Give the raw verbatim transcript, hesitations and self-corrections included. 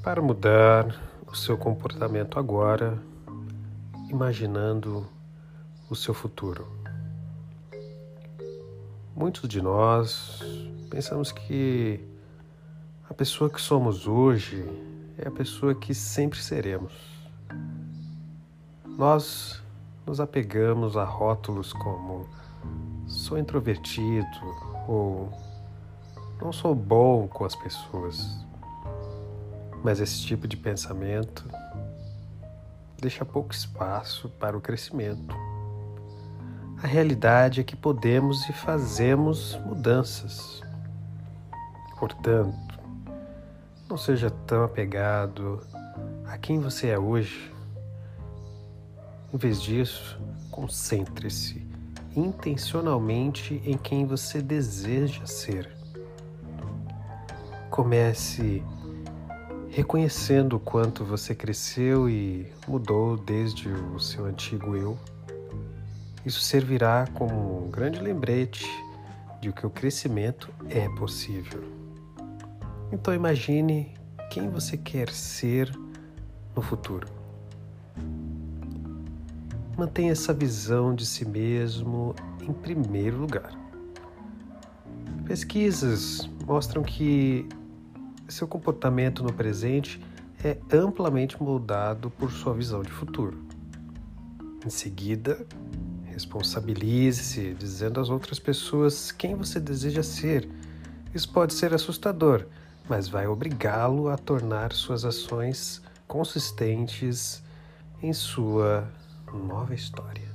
para mudar o seu comportamento agora, imaginando o seu futuro. Muitos de nós pensamos que a pessoa que somos hoje é a pessoa que sempre seremos. Nós nos apegamos a rótulos como sou introvertido ou não sou bom com as pessoas. Mas esse tipo de pensamento deixa pouco espaço para o crescimento. A realidade é que podemos e fazemos mudanças. Portanto, não seja tão apegado a quem você é hoje. Em vez disso, concentre-se intencionalmente em quem você deseja ser. Comece reconhecendo o quanto você cresceu e mudou desde o seu antigo eu. Isso servirá como um grande lembrete de que o crescimento é possível. Então imagine quem você quer ser no futuro. Mantenha essa visão de si mesmo em primeiro lugar. Pesquisas mostram que seu comportamento no presente é amplamente moldado por sua visão de futuro. Em seguida, responsabilize-se dizendo às outras pessoas quem você deseja ser. Isso pode ser assustador, mas vai obrigá-lo a tornar suas ações consistentes em sua nova história.